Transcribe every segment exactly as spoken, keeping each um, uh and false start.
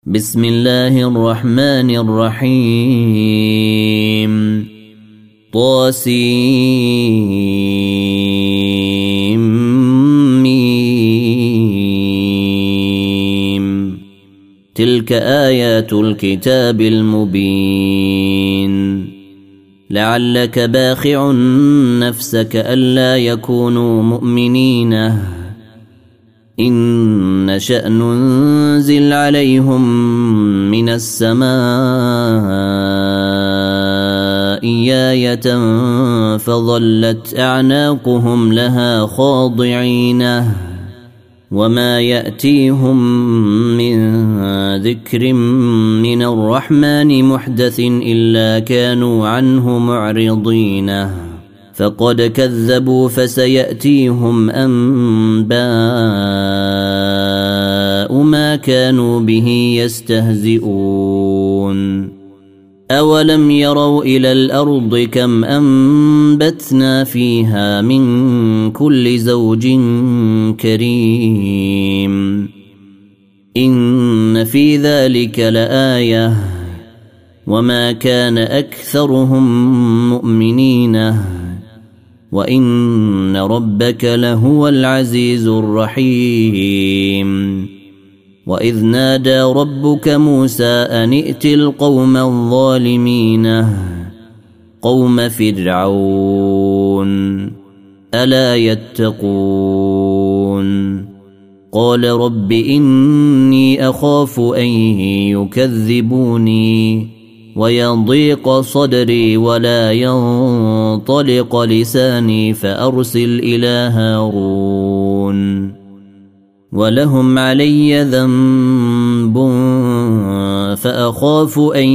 بسم الله الرحمن الرحيم طاسيم تلك آيات الكتاب المبين لعلك باخع نفسك ألا يكونوا مؤمنين إن نشأ ننزل عليهم من السماء آية فظلت أعناقهم لها خاضعين وما يأتيهم من ذكر من الرحمن محدث إلا كانوا عنه معرضين فقد كذبوا فسيأتيهم أنباء ما كانوا به يستهزئون أولم يروا إلى الأرض كم أنبتنا فيها من كل زوج كريم إن في ذلك لآية وما كان أكثرهم مؤمنين وإن ربك لهو العزيز الرحيم وإذ نادى ربك موسى أن ائت القوم الظالمين قوم فرعون ألا يتقون قال رب إني أخاف أن يكذبوني ويضيق صدري ولا ينطلق لساني فأرسل إلى هارون ولهم علي ذنب فأخاف أن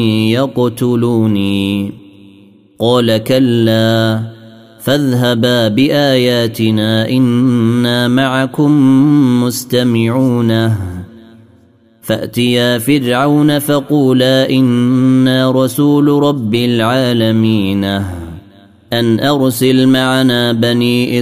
يقتلوني قال كلا فاذهبا بآياتنا إنا معكم مستمعون فأتيا فرعون فقولا إنا رسول رب العالمين أن أرسل معنا بني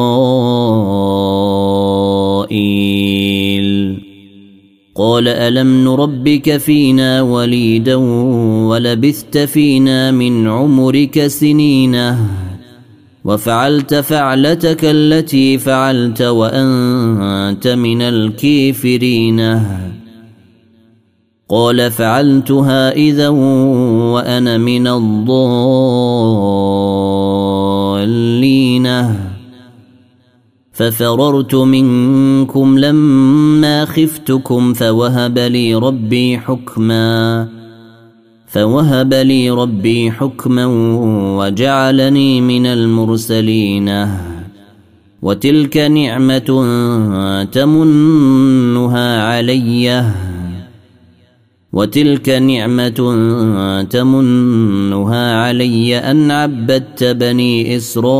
إسرائيل قال ألم نربك فينا وليدا ولبثت فينا من عمرك سنين وفعلت فعلتك التي فعلت وأنت من الكافرين قال فعلتها إذا وأنا من الضالين ففررت منكم لما خفتكم فوهب لي ربي حكما فوهب لي ربي حكما وجعلني من المرسلين وتلك نعمة تمنها علي وتلك نعمة تمنها علي أن عبدت بني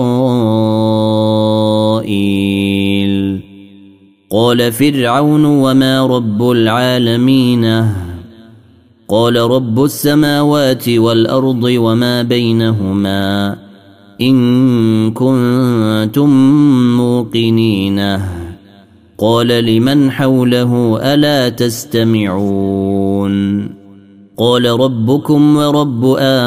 إسرائيل قال فرعون وما رب العالمين قال رب السماوات والأرض وما بينهما إن كنتم موقنين قال لمن حوله ألا تستمعون قال ربكم ورب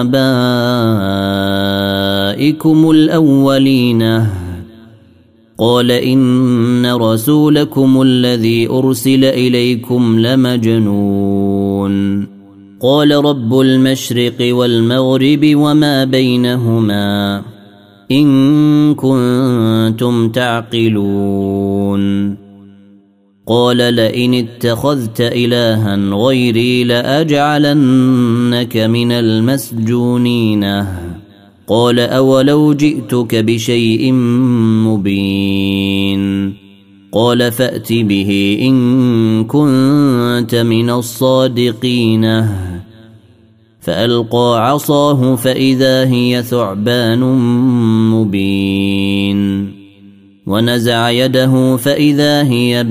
آبائكم الأولين قال إن رسولكم الذي أرسل إليكم لمجنون قال رب المشرق والمغرب وما بينهما إن كنتم تعقلون قال لئن اتخذت إلها غيري لأجعلنك من المسجونين قال أولو جئتك بشيء مبين قال فأت به إن كنت من الصادقين فألقى عصاه فإذا هي ثعبان مبين ونزع يده فإذا هي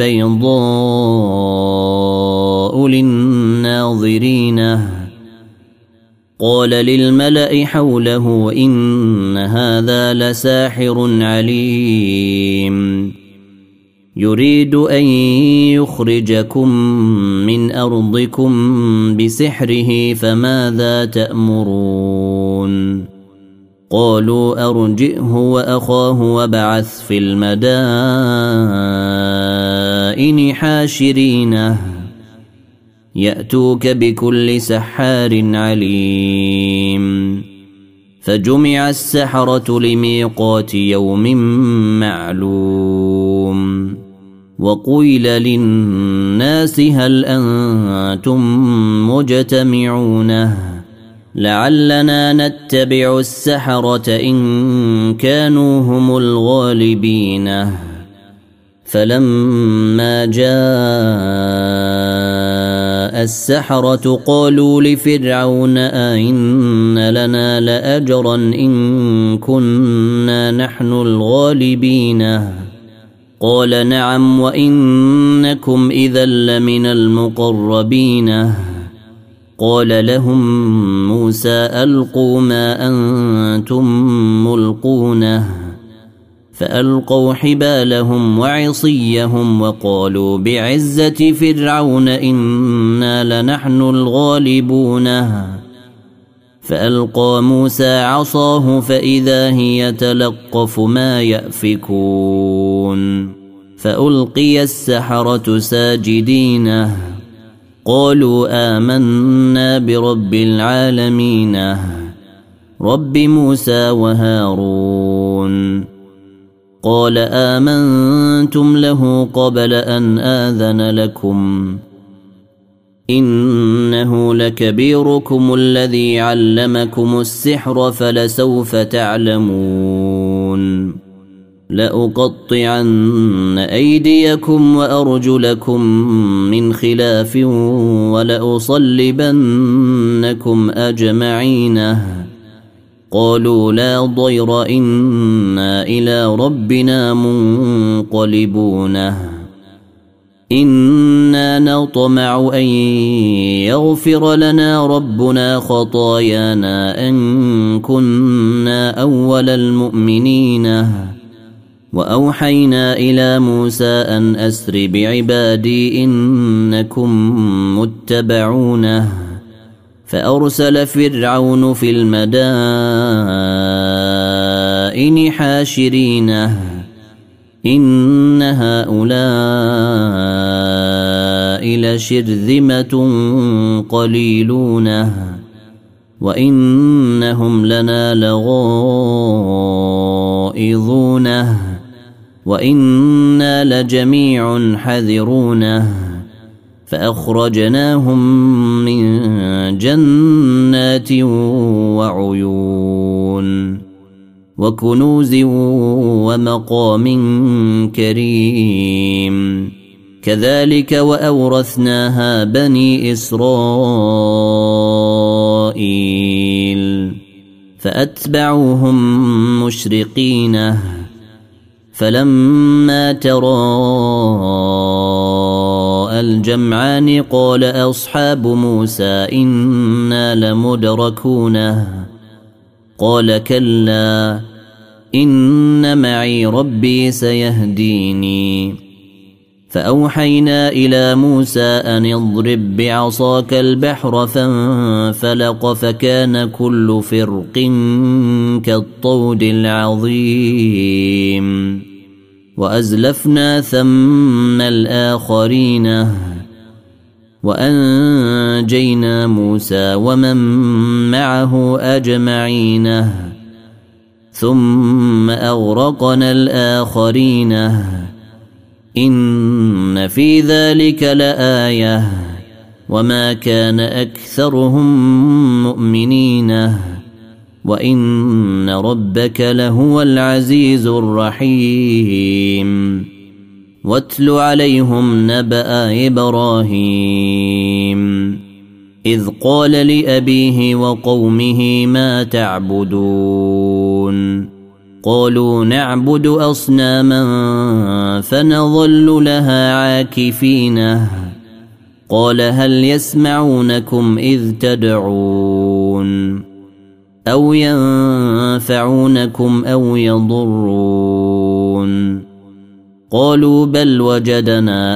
بيضاء للناظرين قال للملأ حوله إن هذا لساحر عليم يريد أن يخرجكم من أرضكم بسحره فماذا تأمرون قالوا أرجئه وأخاه وابعث في المدائن حاشرينه يأتوك بكل سحار عليم فجمع السحرة لميقات يوم معلوم وقيل للناس هل أنتم مجتمعون لعلنا نتبع السحرة إن كانوا هم الغالبين فلما جاء السحرة قالوا لفرعون أئن لنا لأجرا إن كنا نحن الغالبين قال نعم وإنكم إذا لمن المقربين قال لهم موسى ألقوا ما أنتم ملقون فألقوا حبالهم وعصيهم وقالوا بعزة فرعون إنا لنحن الغالبون فألقى موسى عصاه فإذا هي تلقف ما يأفكون فألقي السحرة ساجدين قالوا آمنا برب العالمين رب موسى وهارون قال آمنتم له قبل أن آذن لكم إنه لكبيركم الذي علمكم السحر فلسوف تعلمون لأقطعن أيديكم وأرجلكم من خلاف ولأصلبنكم أجمعين قالوا لا ضير إنا إلى ربنا منقلبون إنا نطمع أن يغفر لنا ربنا خطايانا أن كنا أول المؤمنين وأوحينا إلى موسى أن أسر بعبادي إنكم متبعون فأرسل فرعون في المدائن حاشرين إن هؤلاء لشرذمة قليلون وإنهم لنا لغائظون وإنا لجميع حذرون فأخرجناهم من جنات وعيون وكنوز ومقام كريم كذلك وأورثناها بني إسرائيل فأتبعوهم مشرقين فلما تراءى الجمعان قال أصحاب موسى إنا لمدركون قال كلا إن معي ربي سيهديني فأوحينا إلى موسى أن اضرب بعصاك البحر فانفلق فكان كل فرق كالطود العظيم وأزلفنا ثم الآخرين وأنجينا موسى ومن معه أجمعين ثم أغرقنا الآخرين إن في ذلك لآية وما كان أكثرهم مؤمنين وإن ربك لهو العزيز الرحيم واتل عليهم نبأ إبراهيم إذ قال لأبيه وقومه ما تعبدون قالوا نعبد أصناما فنظل لها عاكفين قال هل يسمعونكم إذ تدعون أو ينفعونكم أو يضرون قالوا بل وجدنا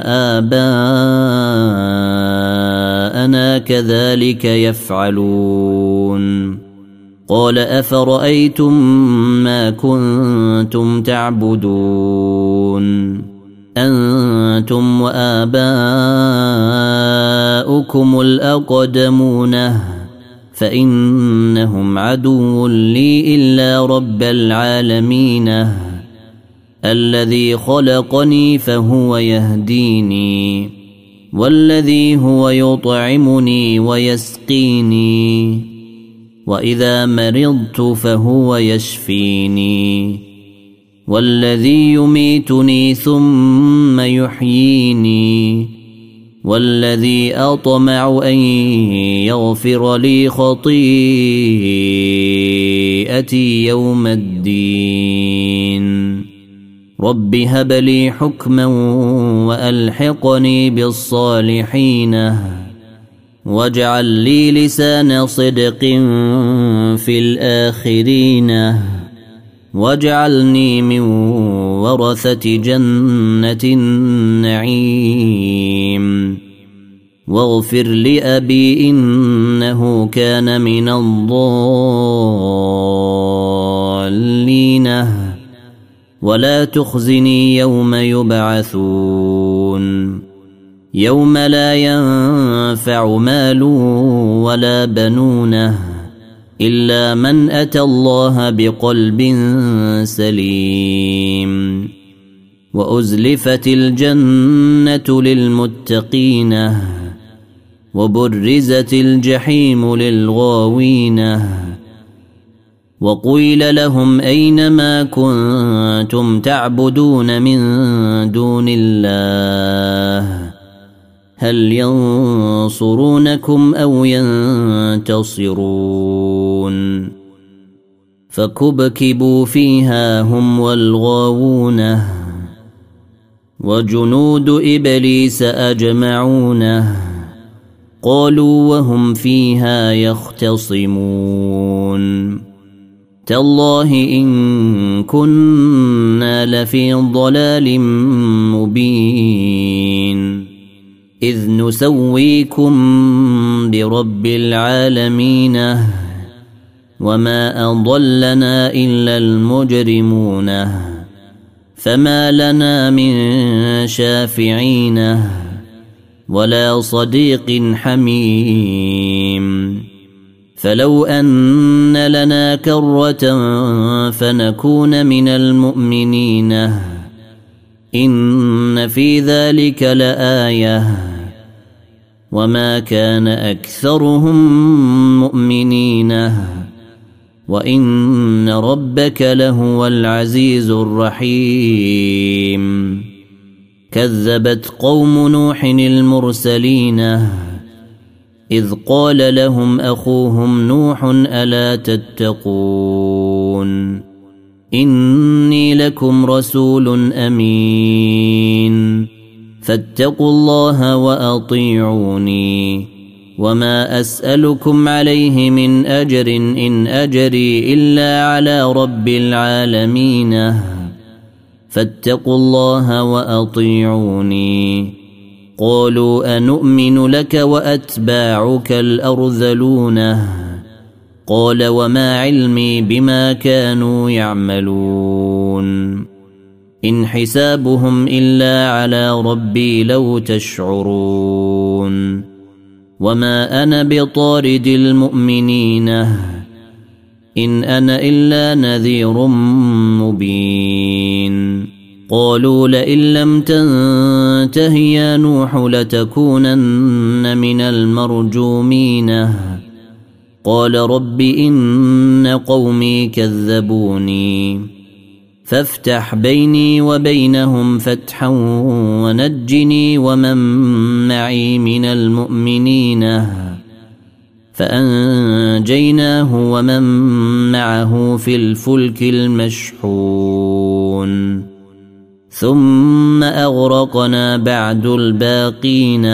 آباءنا كذلك يفعلون قال أفرأيتم ما كنتم تعبدون أنتم وآباؤكم الأقدمون فإنهم عدو لي إلا رب العالمين الذي خلقني فهو يهديني والذي هو يطعمني ويسقيني وإذا مرضت فهو يشفيني والذي يميتني ثم يحييني والذي أطمع أن يغفر لي خطيئتي يوم الدين رب هب لي حكما وألحقني بالصالحين واجعل لي لسان صدق في الآخرين واجعلني من ورثة جنة النعيم واغفر لأبي إنه كان من الضالين ولا تخزني يوم يبعثون يوم لا ينفع مال ولا بنون إلا من أتى الله بقلب سليم وأزلفت الجنة للمتقين وبرزت الجحيم للغاوين وقيل لهم أين ما كنتم تعبدون من دون الله هل ينصرونكم أو ينتصرون فكبكبوا فيها هم والغاوون وجنود إبليس أجمعون قالوا وهم فيها يختصمون تالله إن كنا لفي ضلال مبين إذ نسويكم برب العالمين وما أضلنا إلا المجرمون فما لنا من شافعين ولا صديق حميم فلو أن لنا كرة فنكون من المؤمنين إن في ذلك لآية وما كان أكثرهم مؤمنين وإن ربك لهو العزيز الرحيم كذبت قوم نوح المرسلين إذ قال لهم أخوهم نوح ألا تتقون إني لكم رسول أمين فاتقوا الله وأطيعوني وما أسألكم عليه من أجر إن أجري إلا على رب العالمين فاتقوا الله وأطيعوني قالوا أنؤمن لك وأتباعك الأرذلون قال وما علمي بما كانوا يعملون إن حسابهم إلا على ربي لو تشعرون وما أنا بطارد المؤمنين إن أنا إلا نذير مبين قالوا لئن لم تنته يا نوح لتكونن من المرجومين قال رب إن قومي كذبوني فافتح بيني وبينهم فتحا ونجني ومن معي من المؤمنين فأنجيناه ومن معه في الفلك المشحون ثم أغرقنا بعد الباقين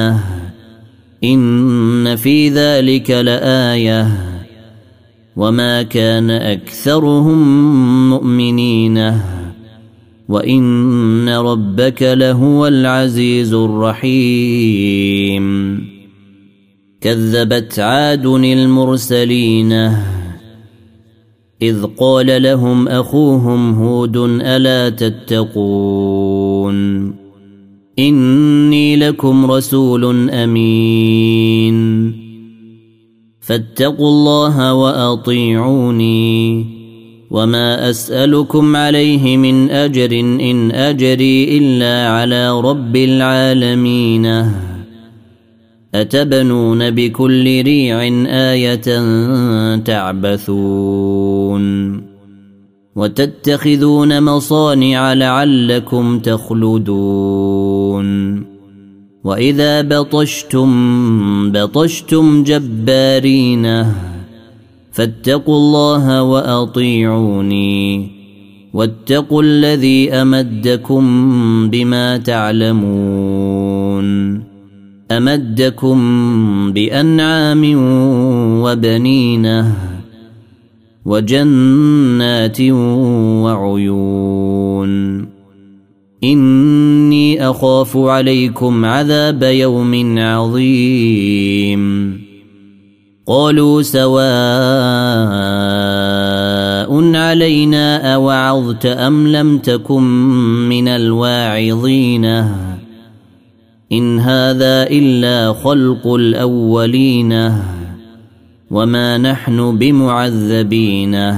إن في ذلك لآية وما كان أكثرهم مؤمنين وإن ربك لهو العزيز الرحيم كذبت عاد المرسلين إذ قال لهم أخوهم هود ألا تتقون إني لكم رسول أمين فاتقوا الله وأطيعوني وما أسألكم عليه من أجر إن أجري إلا على رب العالمين أتبنون بكل ريع آية تعبثون وتتخذون مصانع لعلكم تخلدون وإذا بطشتم بطشتم جبارين فاتقوا الله وأطيعوني واتقوا الذي أمدكم بما تعلمون أمدكم بأنعام وبنين وجنات وعيون إني أخاف عليكم عذاب يوم عظيم قالوا سواء علينا أوعظت أم لم تكن من الواعظين إن هذا إلا خلق الأولين وما نحن بمعذبين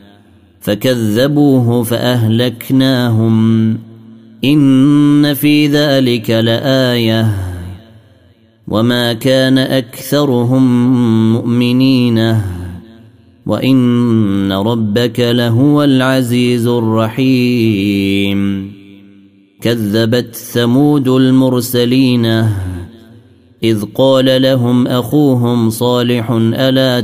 فكذبوه فأهلكناهم إن في ذلك لآية وما كان أكثرهم مؤمنين وإن ربك لهو العزيز الرحيم كذبت ثمود المرسلين إذ قال لهم أخوهم صالح ألا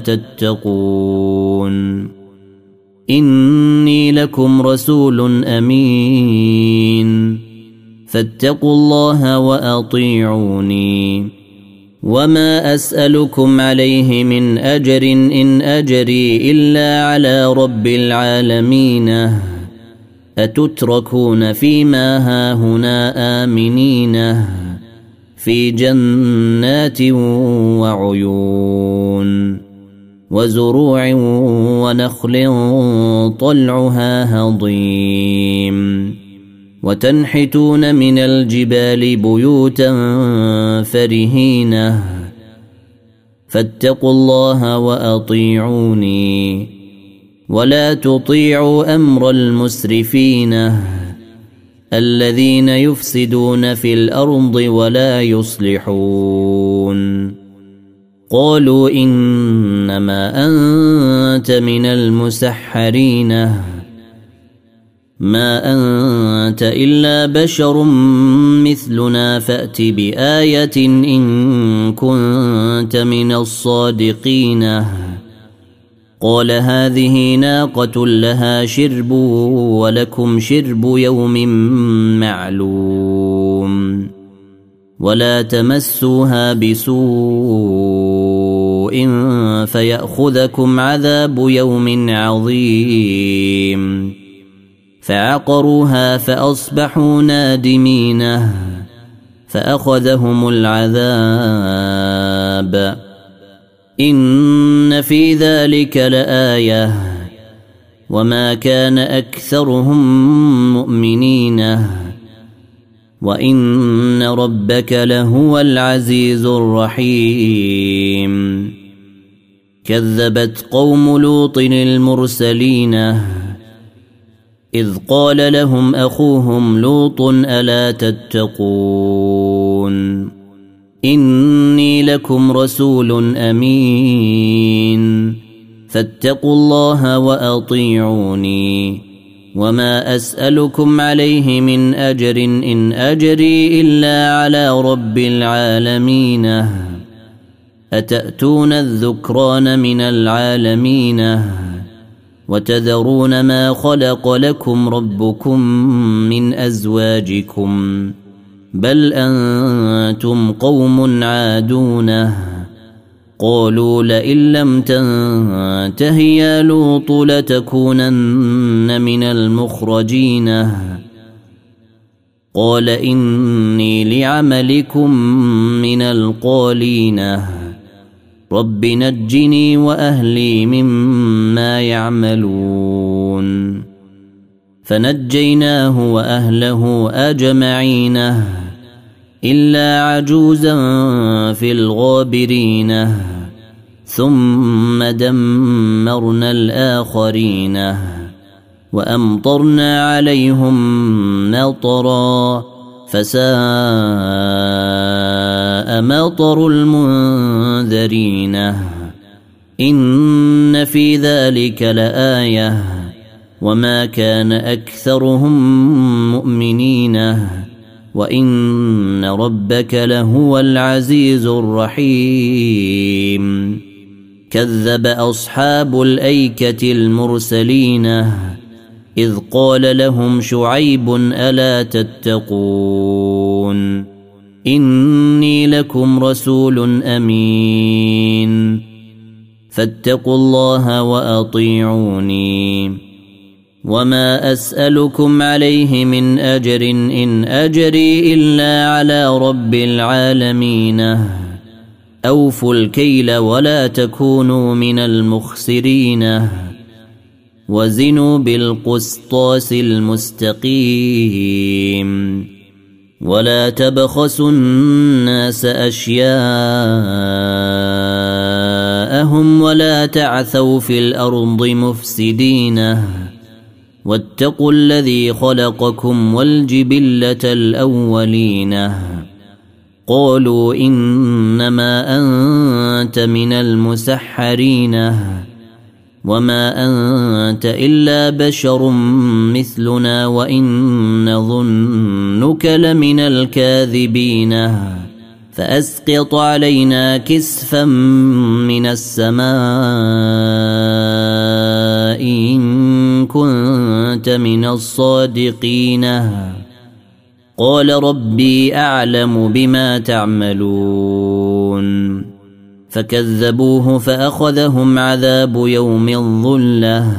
تتقون إني لكم رسول أمين فاتقوا الله وأطيعوني وما أسألكم عليه من أجر إن أجري إلا على رب العالمين أتتركون فيما هاهنا آمنين في جنات وعيون وزروع ونخل طلعها هضيم وتنحتون من الجبال بيوتا فرهين فاتقوا الله وأطيعوني ولا تطيعوا أمر المسرفين الذين يفسدون في الأرض ولا يصلحون قالوا إنما أنت من المسحرين ما أنت إلا بشر مثلنا فأت بآية إن كنت من الصادقين قال هذه ناقة لها شرب ولكم شرب يوم معلوم ولا تمسوها بسوء فيأخذكم عذاب يوم عظيم فعقروها فأصبحوا نادمين فأخذهم العذاب إن في ذلك لآية وما كان أكثرهم مؤمنين وإن ربك لهو العزيز الرحيم كذبت قوم لوط المرسلين إذ قال لهم أخوهم لوط ألا تتقون إني لكم رسول أمين فاتقوا الله وأطيعوني وما أسألكم عليه من أجر إن أجري إلا على رب العالمين أتأتون الذكران من العالمين وتذرون ما خلق لكم ربكم من أزواجكم بل أنتم قوم عادون قالوا لئن لم تنته يا لوط لتكونن من المخرجين قال إني لعملكم من القالين رب نجني وأهلي مما يعملون فنجيناه وأهله أجمعين إلا عجوزا في الغابرين ثم دمرنا الآخرين وأمطرنا عليهم مطرا فساء مطر المنذرين إن في ذلك لآية وما كان أكثرهم مؤمنين وإن ربك لهو العزيز الرحيم كذب أصحاب الأيكة المرسلين إذ قال لهم شعيب ألا تتقون إني لكم رسول أمين فاتقوا الله وأطيعوني وما أسألكم عليه من أجر إن أجري إلا على رب العالمين أوفوا الكيل ولا تكونوا من المخسرين وزنوا بالقسطاس المستقيم ولا تبخسوا الناس أشياءهم ولا تعثوا في الأرض مفسدين واتقوا الذي خلقكم والجبلة الأولين قالوا إنما أنت من المسحرين وما أنت إلا بشر مثلنا وإن نظنك لمن الكاذبين فأسقط علينا كسفا من السماء إن كنت من الصادقين قال ربي أعلم بما تعملون فكذبوه فأخذهم عذاب يوم الظلة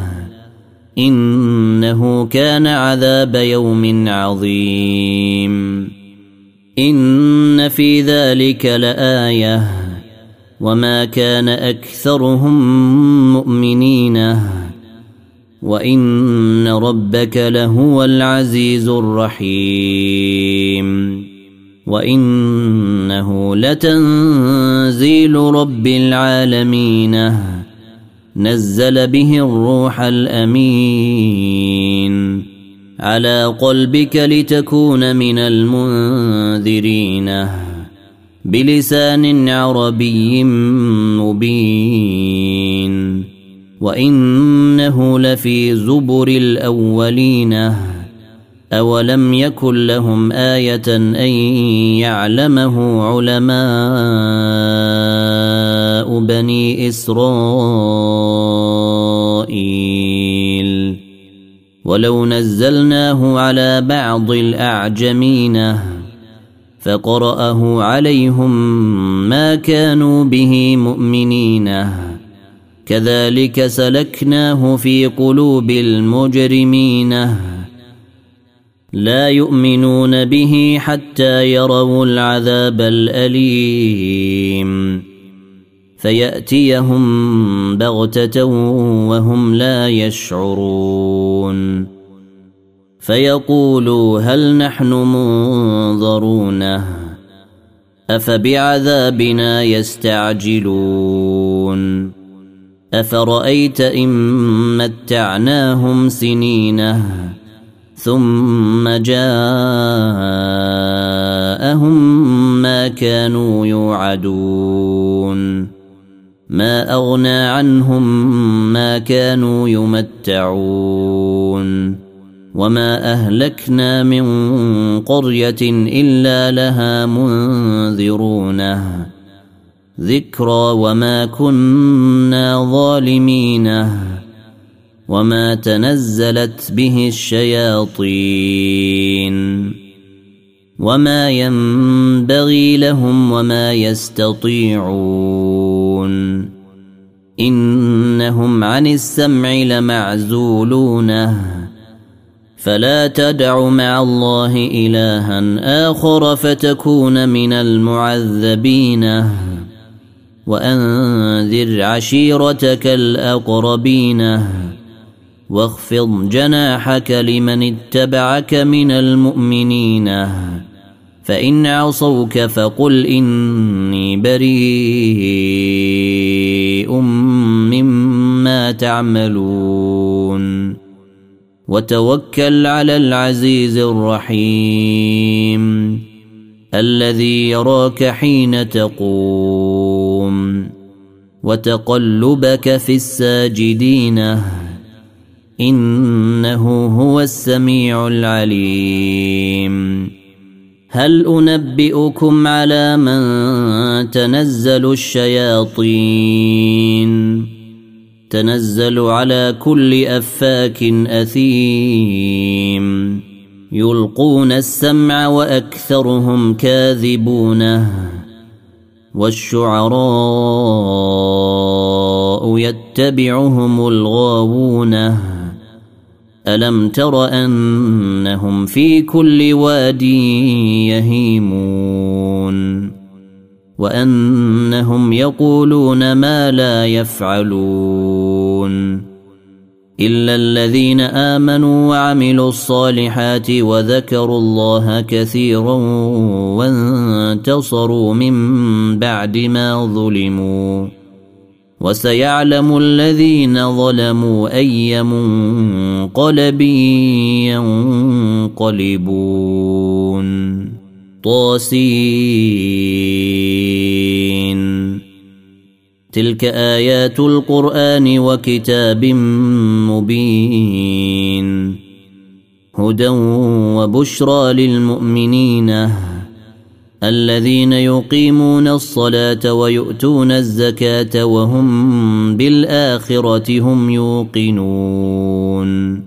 إنه كان عذاب يوم عظيم إن في ذلك لآية وما كان أكثرهم مؤمنين وإن ربك لهو العزيز الرحيم وإنه لتنزيل رب العالمين نزل به الروح الأمين على قلبك لتكون من المنذرين بلسان عربي مبين وإنه لفي زبر الأولين أولم يكن لهم آية أن يعلمه علماء بني إسرائيل ولو نزلناه على بعض الأعجمين فقرأه عليهم ما كانوا به مؤمنين كذلك سلكناه في قلوب المجرمين لا يؤمنون به حتى يروا العذاب الأليم فيأتيهم بغتة وهم لا يشعرون فيقولوا هل نحن منظرون أفبعذابنا يستعجلون أفرأيت إن متعناهم سنين ثم جاءهم ما كانوا يوعدون ما أغنى عنهم ما كانوا يمتعون وما أهلكنا من قرية إلا لها منذرون ذكرى وما كنا ظالمين وما تنزلت به الشياطين وما ينبغي لهم وما يستطيعون إنهم عن السمع لمعزولون فلا تدع مع الله إلها آخر فتكون من المعذبين وأنذر عشيرتك الأقربين واخفض جناحك لمن اتبعك من المؤمنين فإن عصوك فقل إني بريء مما تعملون وتوكل على العزيز الرحيم الذي يراك حين تقوم وتقلبك في الساجدين إنه هو السميع العليم هل أنبئكم على من تنزل الشياطين تنزل على كل أفاك أثيم يلقون السمع وأكثرهم كاذبون والشعراء يتبعهم الغاوون ألم تر أنهم في كل واد يهيمون وأنهم يقولون ما لا يفعلون إلا الذين آمنوا وعملوا الصالحات وذكروا الله كثيرا وانتصروا من بعد ما ظلموا وسيعلم الذين ظلموا أي منقلب ينقلبون طاسين تلك آيات القرآن وكتاب مبين هدى وبشرى للمؤمنين الذين يقيمون الصلاة ويؤتون الزكاة وهم بالآخرة هم يوقنون